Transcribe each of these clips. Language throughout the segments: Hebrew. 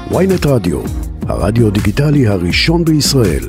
ynet רדיו, הרדיו דיגיטלי הראשון בישראל.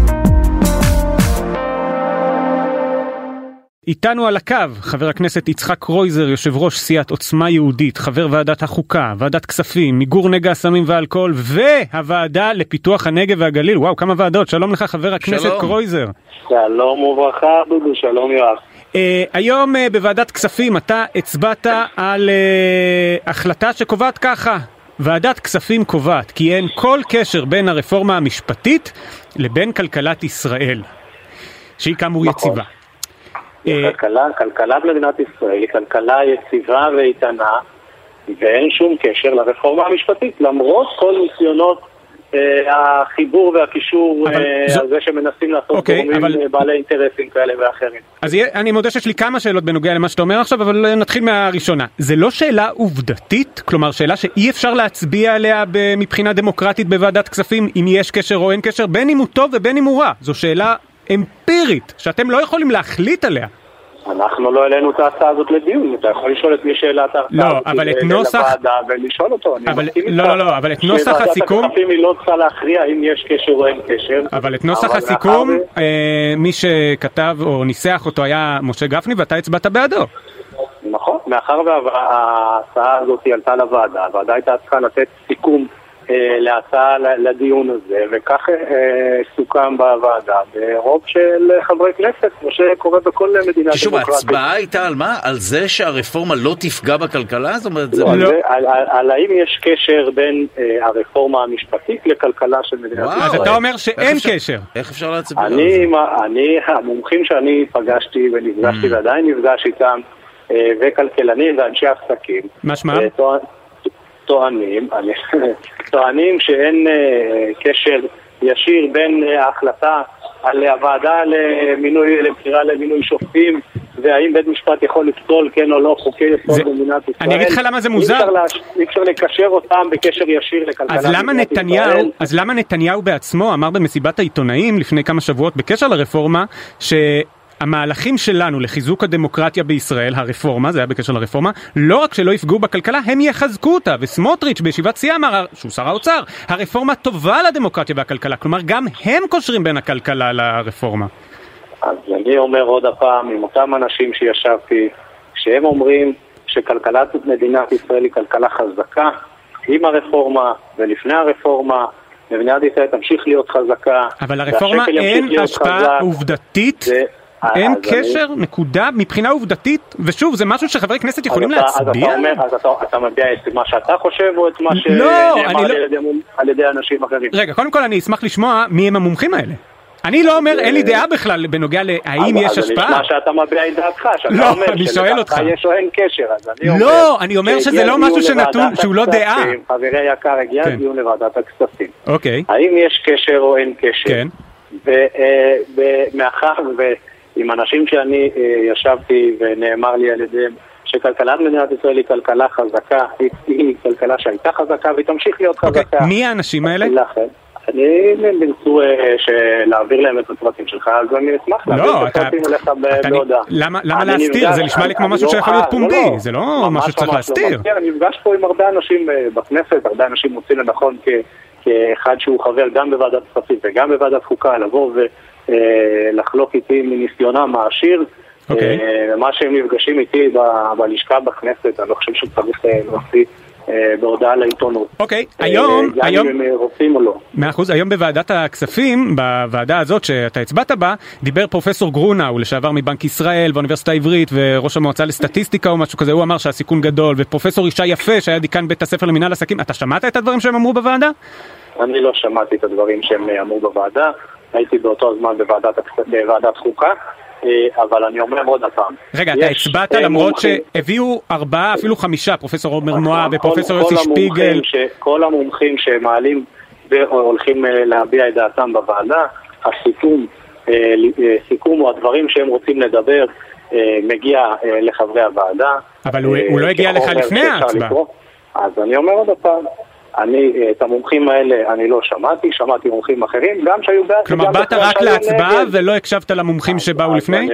איתנו על הקו חבר הכנסת יצחק קרויזר, יושב ראש סיעת עוצמה יהודית, חבר ועדת החוקה, ועדת כספים, מיגור נגע הסמים והאלכוהול והוועדה לפיתוח הנגב והגליל. וואו, כמה ועדות. שלום לך חבר הכנסת קרויזר. שלום וברכה דודו, שלום יואב. היום בוועדת כספים אתה הצבעת על החלטה שקובעת ככה: ועדת כספים קובעת כי אין כל קשר בין הרפורמה המשפטית לבין כלכלת ישראל, שהיא כאמור יציבה. כלכלה במדינת ישראל היא כלכלה יציבה ואיתנה, ואין שום קשר לרפורמה המשפטית, למרות כל ניסיונות החיבור והקישור הזה שמנסים לעשות גורמים בעלי אינטרסים כאלה ואחרים. אז אני מודה שיש לי כמה שאלות בנוגע למה שאתה אומר עכשיו, אבל נתחיל מהראשונה. זה לא שאלה עובדתית? כלומר, שאלה שאי אפשר להצביע עליה מבחינה דמוקרטית בוועדת כספים, אם יש קשר או אין קשר, בין אם הוא טוב ובין אם הוא רע. זו שאלה אמפירית, שאתם לא יכולים להחליט עליה. אנחנו לא העלינו את ההצעה הזאת לדיון. אתה יכול לשאול את מי שאלה את ההצעה הזאת לוועדה ולשאול אותו. אבל את נוסח הסיכום... ועדת הכספים היא לא צריכה להכריע אם יש קשר או אין קשר. אבל את נוסח הסיכום, מי שכתב או ניסח אותו היה משה גפני, ואתה הצבעת בעדו. נכון, מאחר וההצעה הזאת עלתה לוועדה, הוועדה הייתה צריכה לתת סיכום להצעה לדיון הזה, וכך סוכם בוועדה ברוב של חברי כנסת, כמו שקורה בכל מדינה דמוקרטית. ההצבעה הייתה על מה? על זה שהרפורמה לא תפגע בכלכלה? זאת אומרת, על האם יש קשר בין הרפורמה המשפטית לכלכלה של מדינת ישראל. אז אתה אומר שאין קשר. איך אפשר להצביע? המומחים שאני פגשתי ונפגשתי ועדיין נפגש איתם, וכלכלנים ואנשי עסקים, משמע? טוענים שאין קשר ישיר בין ההחלטה על הוועדה לבחירה למינוי שופטים, והאם בית משפט יכול לפסול כן או לא חוקי יסוד במדינת ישראל. אני אגיד לך למה זה מוזר. אי אפשר לקשר אותם בקשר ישיר לכלכלה. אז למה נתניהו בעצמו אמר במסיבת העיתונאים לפני כמה שבועות בקשר לרפורמה המהלכים שלנו לחיזוק הדמוקרטיה בישראל, הרפורמה, זה היה בקשר לרפורמה, לא רק שלא יפגעו בכלכלה, הם יחזקו אותה. וסמוטריץ' בישיבת סיעה אמר, שהוא שר האוצר, הרפורמה טובה לדמוקרטיה והכלכלה. כלומר, גם הם קושרים בין הכלכלה לרפורמה. אז אני אומר עוד הפעם, עם אותם אנשים שישבתי, שהם אומרים שכלכלת מדינת ישראל היא כלכלה חזקה, עם הרפורמה ולפני הרפורמה, מדינת ישראל תמשיך להיות חזקה. אבל הרפורמה אין השפעה עובדתית, אין קשר, נקודה, מבחינה עובדתית, ושוב, זה משהו שחברי כנסת יכולים להצביע? אז אתה מביע את מה שאתה חושב, או את מה שנאמר על ידי אנשים אחרים? רגע, קודם כל אני אשמח לשמוע מי הם המומחים האלה. אני לא אומר, אין לי דעה בכלל בנוגע להאם יש השפעה. אבל זה נשמע שאתה מביע את דעתך, לא, אני שואל אותך. יש או אין קשר, אז לא, אני אומר שזה לא משהו שנתון, שהוא לא דעה. חברי יקר, הגיע דיון לוועדת הכספים. אוקיי. האם יש קשר או אין קשר? כן. ומאחר עם אנשים שאני ישבתי ונאמר לי על ידיהם שכלכלת מדינת ישראל היא כלכלה חזקה, היא כלכלה שהייתה חזקה והיא תמשיך להיות חזקה. מי האנשים האלה? אני בנצור להעביר להם את הפרטים שלך, אז אני אשמח להעביר את הפרטים אליך בהודעה. למה להסתיר? זה נשמע לי כמו משהו שיכול להיות פומבי, זה לא משהו שצריך להסתיר. אני נפגש פה עם הרבה אנשים בכנסת, הרבה אנשים מוצאים לנכון כאחד שהוא חבר גם בוועדת כספים וגם בוועדת חוקה, לבוא לחלוק איתי מניסיונם העשיר. מה שהם נפגשים איתי בלשכה בכנסת, אני לא חושב שצריך להוציא בהודעה לעיתונות. אוקיי, היום אם הם רוצים או לא. 100%, היום בוועדת הכספים, בוועדה הזאת שאתה הצבעת בה, דיבר פרופסור גרונה, הוא לשעבר מבנק ישראל באוניברסיטה העברית וראש המועצה לסטטיסטיקה או משהו כזה, הוא אמר שהסיכון גדול, ופרופסור ישי יפה שהיה דיקן בית הספר למינהל עסקים. אתה שמעת את הדברים שהם אמרו בוועדה? אני לא שמעתי את הדברים שהם אמרו בוועדה, הייתי באותו זמן בוועדת חוקה, אבל אני אומר עוד הפעם. רגע, אתה הצבעת למרות שהביאו 4, אפילו 5, פרופסור עומר מואב ופרופסור יוסי שפיגל. כל המומחים שמעלים והולכים להביע את דעתם בוועדה, הסיכום או הדברים שהם רוצים לדבר מגיע לחברי הוועדה. אבל הוא לא הגיע לך לפני ההצבעה. אז אני אומר עוד הפעם, את המומחים האלה אני לא שמעתי מומחים אחרים, גם שהיו בעד. כלומר, באת רק להצבעה ולא הקשבת למומחים שבאו לפני?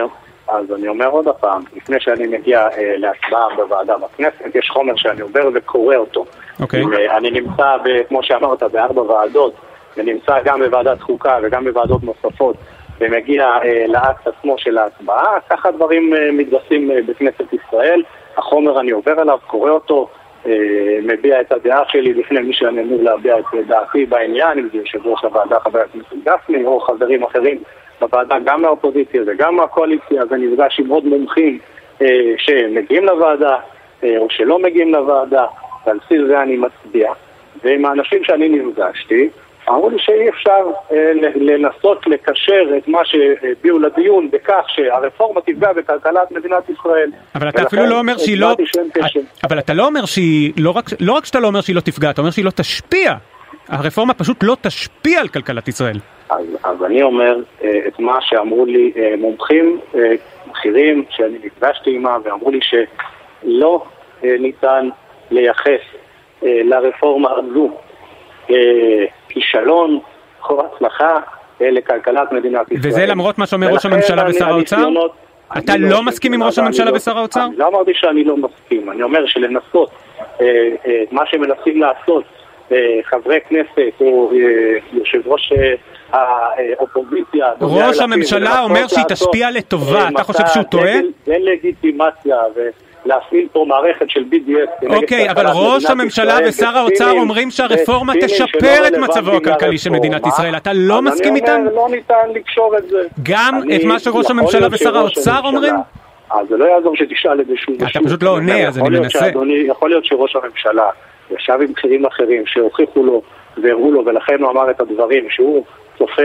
אז אני אומר עוד הפעם, לפני שאני מגיע להצבעה בוועדה בכנסת, יש חומר שאני עובר וקורא אותו. אני נמצא, כמו שאמרת, ב4 ועדות, ונמצא גם בוועדת חוקה וגם בוועדות נוספות, ומגיע לאקט עצמו של ההצבעה, ככה דברים מתבצעים בכנסת ישראל. החומר אני עובר עליו, קורא אותו, מביע את הדעה שלי לפני מי שאני אמור להביע את דעתי בעניין, אם זה יושב ראש הוועדה חבר הכנסת גפני או חברים אחרים בוועדה, גם מהאופוזיציה וגם מהקואליציה, ונפגש עם עוד מומחים שמגיעים לוועדה או שלא מגיעים לוועדה, ועל בסיס זה אני מצביע. ועם האנשים שאני נפגשתי, אמרו לי שאי אפשר לנסות לקשר את מה שהביאו לדיון בכך שהרפורמה תפגע בכלכלת מדינת ישראל. אבל אתה אפילו לא אומר שהיא לא... אבל אתה לא אומר שהיא... לא רק שאתה לא אומר שהיא לא תפגע, אתה אומר שהיא לא תשפיע. הרפורמה פשוט לא תשפיע על כלכלת ישראל. אז אני אומר את מה שאמרו לי מומחים בכירים שאני נפגשתי עימם, ואמרו לי שלא ניתן לייחס לרפורמה הזו כישלון או הצלחה לכלכלת מדינת ישראל. וזה למרות מה שאומר ראש הממשלה ושר האוצר? אתה לא מסכים עם ראש הממשלה ושר האוצר? לא אמרתי שאני לא מסכים, אני אומר שלנסות מה שמנסים לעשות חברי כנסת או יושב ראש האופוזיציה, ראש הממשלה אומר שהיא תשפיע לטובה, אתה חושב שהוא טועה? זה לגיטימציה להפעיל פה מערכת של BDS. אוקיי, אבל ראש הממשלה ושר האוצר אומרים שהרפורמה תשפר את מצבו הכלכלי של מדינת ישראל. אתה לא מסכים איתם? אני אומר, לא ניתן לקשור את זה. גם את מה שראש הממשלה ושר האוצר אומרים? אז זה לא יעזור שתשאל את זה שוב. אתה פשוט לא עונה, אז אני מנסה. יכול להיות שראש הממשלה ישב עם בכירים אחרים שהוכיחו לו והראו לו, ולכן הוא אמר את הדברים שהוא צופה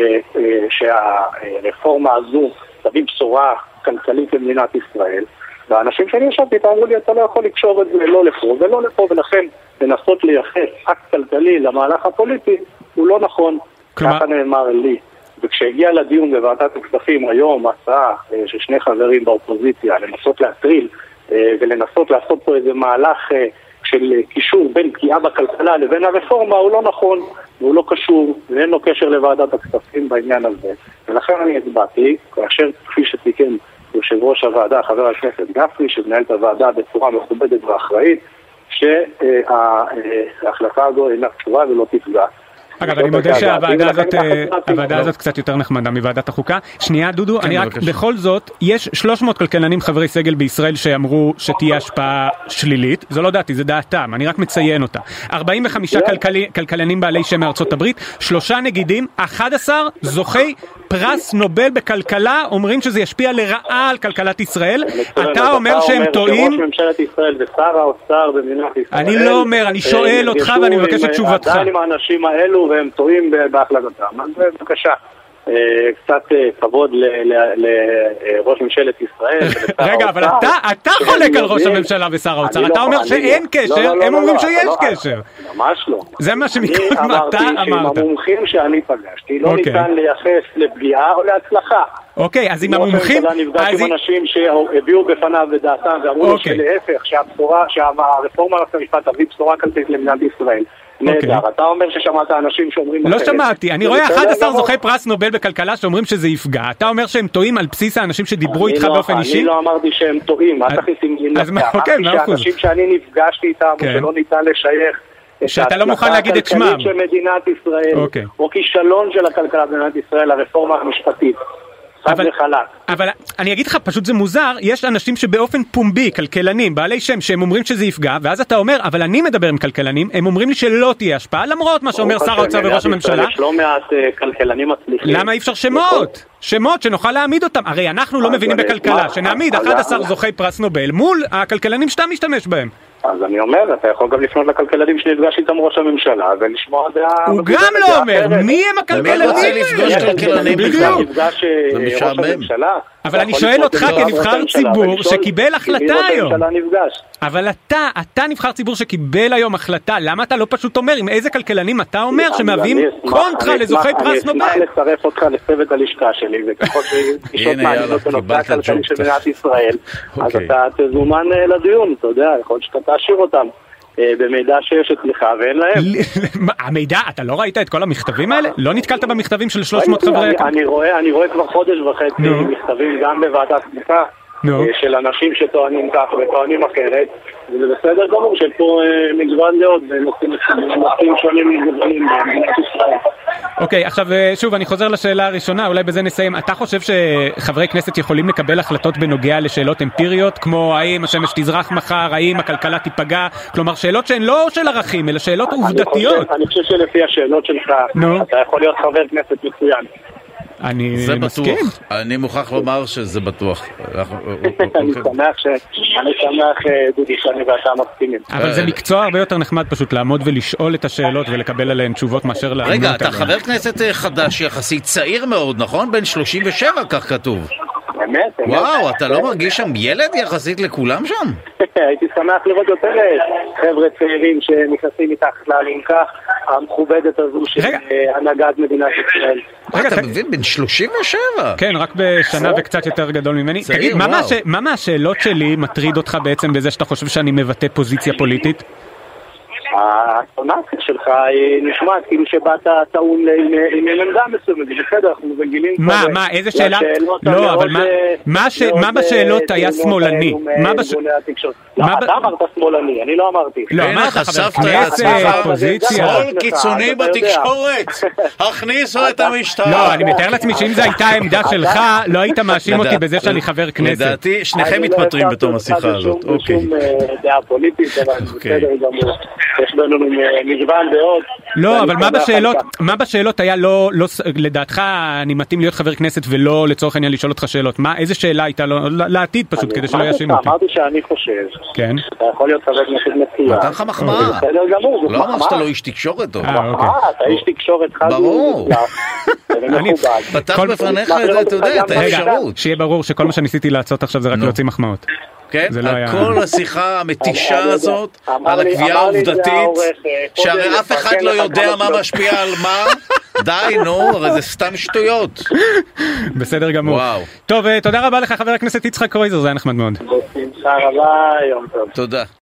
שהרפורמה הזו תביא בשורה כלכלית למדינת ישראל. והאנשים שאני ישבתי אמרו לי, אתה לא יכול לקשור את זה לא לפה ולא לפה, ולכן לנסות לייחס אקט כלכלי למהלך הפוליטי הוא לא נכון. ככה נאמר לי. וכשהגיע לדיון בוועדת הכספים היום הצעה של 2 חברים באופוזיציה לנסות להטריל ולנסות לעשות פה איזה מהלך של קישור בין פגיעה בכלכלה לבין הרפורמה, הוא לא נכון, והוא לא קשור, ואין לו קשר לוועדת הכספים בעניין הזה. ולכן אני הצבעתי, כאשר כפי שתיקן יושב ראש הוועדה, חבר הכנסת גפני, שמנהל את הוועדה בצורה מכובדת ואחראית, שההחלטה הזו אינה קשורה ולא תפגע. אגב, אני מודה שהוועדה הזאת קצת יותר נחמדה מוועדת החוקה. שנייה, דודו, אני רק, בכל זאת, יש 300 כלכלנים חברי סגל בישראל שאמרו שתהיה השפעה שלילית. זו לא דעתי, זה דעתם, אני רק מציין אותה. 45 כלכלנים בעלי שם מארצות הברית, 3 נגידים, 11 זוכי פרס נובל בכלכלה, אומרים שזה ישפיע לרעה על כלכלת ישראל. אתה אומר שהם טועים? ראש ממשלת ישראל ושר האוצר במדינת ישראל. אני לא אומר, אני שואל אותך ואני מבקש את תשובתך. עדיין עם האנשים האלו והם טועים בהחלטתם. אז בבקשה, קצת כבוד לראש ממשלת ישראל. רגע, אבל אתה חולק על ראש הממשלה ושר האוצר. אתה אומר שאין קשר, הם אומרים שיש קשר. ממש לא. זה מה שמקודם אתה אמרת. עם המומחים שאני פגשתי, לא ניתן לייחס לפגיעה או להצלחה. אוקיי, אז עם המומחים... נפגש עם אנשים שהביאו בפניו בדעתם ואמרו לו שלהפך, שהרפורמה למשפט תביא בשורה כלכלית למדינת ישראל. נהדר, אתה אומר ששמעת אנשים שאומרים... לא שמעתי, אני רואה 11 זוכי פרס נובל בכלכלה שאומרים שזה יפגע. אתה אומר שהם טועים על בסיס האנשים שדיברו איתך באופן אישי? אני לא אמרתי שהם טועים, מה תכניס עם לי נפגע? שהאנשים שאני נפגשתי איתם, שלא ניתן לשייך שאתה לא מוכן להגיד את שמם. הכלכלית של מדינת ישראל, או כישלון של הכלכלה במדינת ישראל, הרפורמה המשפטית. אבל אני אגיד לך, פשוט זה מוזר, יש אנשים שבאופן פומבי, כלכלנים, בעלי שם, שהם אומרים שזה יפגע, ואז אתה אומר, אבל אני מדבר עם כלכלנים, הם אומרים לי שלא תהיה השפעה, למרות מה שאומר שר האוצר וראש הממשלה. יש לא מעט כלכלנים מצליחים. למה אי אפשר שמות? שמות שנוכל להעמיד אותם. הרי אנחנו לא מבינים בכלכלה, שנעמיד 11 זוכי פרס נובל מול הכלכלנים שאתה משתמש בהם. אז אני אומר, אתה יכול גם לפנות לכלכלנים שנפגש איתם ראש הממשלה ולשמוע דעה... הוא גם לא אומר, מי הם הכלכלנים? מי רוצה לפגוש כלכלנים בכלל? זה משעמם. אבל אני שואל אותך כנבחר ציבור שקיבל החלטה היום. אבל אתה נבחר ציבור שקיבל היום החלטה, למה אתה לא פשוט אומר עם איזה כלכלנים אתה אומר שמביאים קונטרה לזוכי פרס נובל? אני אשמח לצרף אותך לצוות הלשכה שלי, וככל שפגישות מעניינות בנושא הכלכלי של מדינת ישראל, אז אתה תזומן לדיון, אתה יודע, יכול שאתה תאשיר אותם. במידע שיש אצלך ואין להם. המידע, אתה לא ראית את כל המכתבים האלה? לא נתקלת במכתבים של 300 חברי הכנסת? אני רואה כבר חודש וחצי מכתבים גם בוועדת חוקה של אנשים שטוענים כך וטוענים אחרת, וזה בסדר גמור של פה מגוון דעות בנושאים שונים ומגוונים במדינת ישראל. אוקיי, עכשיו שוב אני חוזר לשאלה הראשונה, אולי בזה נסיים. אתה חושב שחברי כנסת יכולים לקבל החלטות בנוגע לשאלות אמפיריות, כמו האם השמש תזרח מחר, האם הכלכלה תיפגע, כלומר שאלות שהן לא של ערכים, אלא שאלות עובדתיות? אני חושב שלפי השאלות שלך, אתה יכול להיות חבר כנסת מצוין. אני מסכים. בטוח. אני מוכרח לומר שזה בטוח. אני שמח, דודי, שאני ואתה מסכימים. אבל זה מקצוע הרבה יותר נחמד פשוט לעמוד ולשאול את השאלות ולקבל עליהן תשובות מאשר לענות עליהן. רגע, אתה חבר כנסת חדש יחסית, צעיר מאוד, נכון? בן 37, כך כתוב. באמת? וואו, אתה לא מרגיש שם ילד יחסית לכולם שם? הייתי שמח לראות יותר חבר'ה צעירים שנכנסים מתחת לאלונקה המכובדת הזו של הנהגת מדינת ישראל. אתה מבין, בן 37? כן, רק בשנה וקצת יותר גדול ממני. תגיד, מה מהשאלות שלי מטריד אותך בעצם בזה שאתה חושב שאני מבטא פוזיציה פוליטית? הטונציה שלך נשמעת כאילו שבאת טעון עם עמדה מסוימת, בסדר, אנחנו מגילים מה, איזה שאלה? לא, אבל מה בשאלות היה שמאלני? אתה אמרת שמאלני, אני לא אמרתי. לא, אמרת חבר כנסת, פוזיציה. שמאל קיצוני בתקשורת, הכניסו את המשטר. לא, אני מתאר לעצמי שאם זו הייתה העמדה שלך, לא היית מאשים אותי בזה שאני חבר כנסת. לדעתי, שניכם מתפטרים בתום השיחה הזאת. אוקיי. שום דעה פוליטית, אבל בסדר גמור. יש לנו מגוון דעות. לא, אבל מה בשאלות היה לא, לדעתך אני מתאים להיות חבר כנסת ולא לצורך העניין לשאול אותך שאלות? איזה שאלה הייתה לעתיד פשוט כדי שלא יאשים אותי? אמרתי שאני חושב. כן. אתה יכול להיות חבר כנסת מצוין. נתן לך מחמאה. בסדר גמור. לא אמר שאתה לא איש תקשורת טוב. אתה איש תקשורת חד. ברור. פתח בפניך אתה יודע, את האפשרות. שיהיה ברור שכל מה שניסיתי לעשות עכשיו זה רק להוציא מחמאות. כן, על כל השיחה המתישה הזאת, על הקביעה העובדתית, שהרי אף אחד לא יודע מה משפיע על מה, די, נו, הרי זה סתם שטויות. בסדר גמור. טוב, תודה רבה לך חבר הכנסת יצחק קרויזר, זה היה נחמד מאוד. בשמחה רבה, יום טוב. תודה.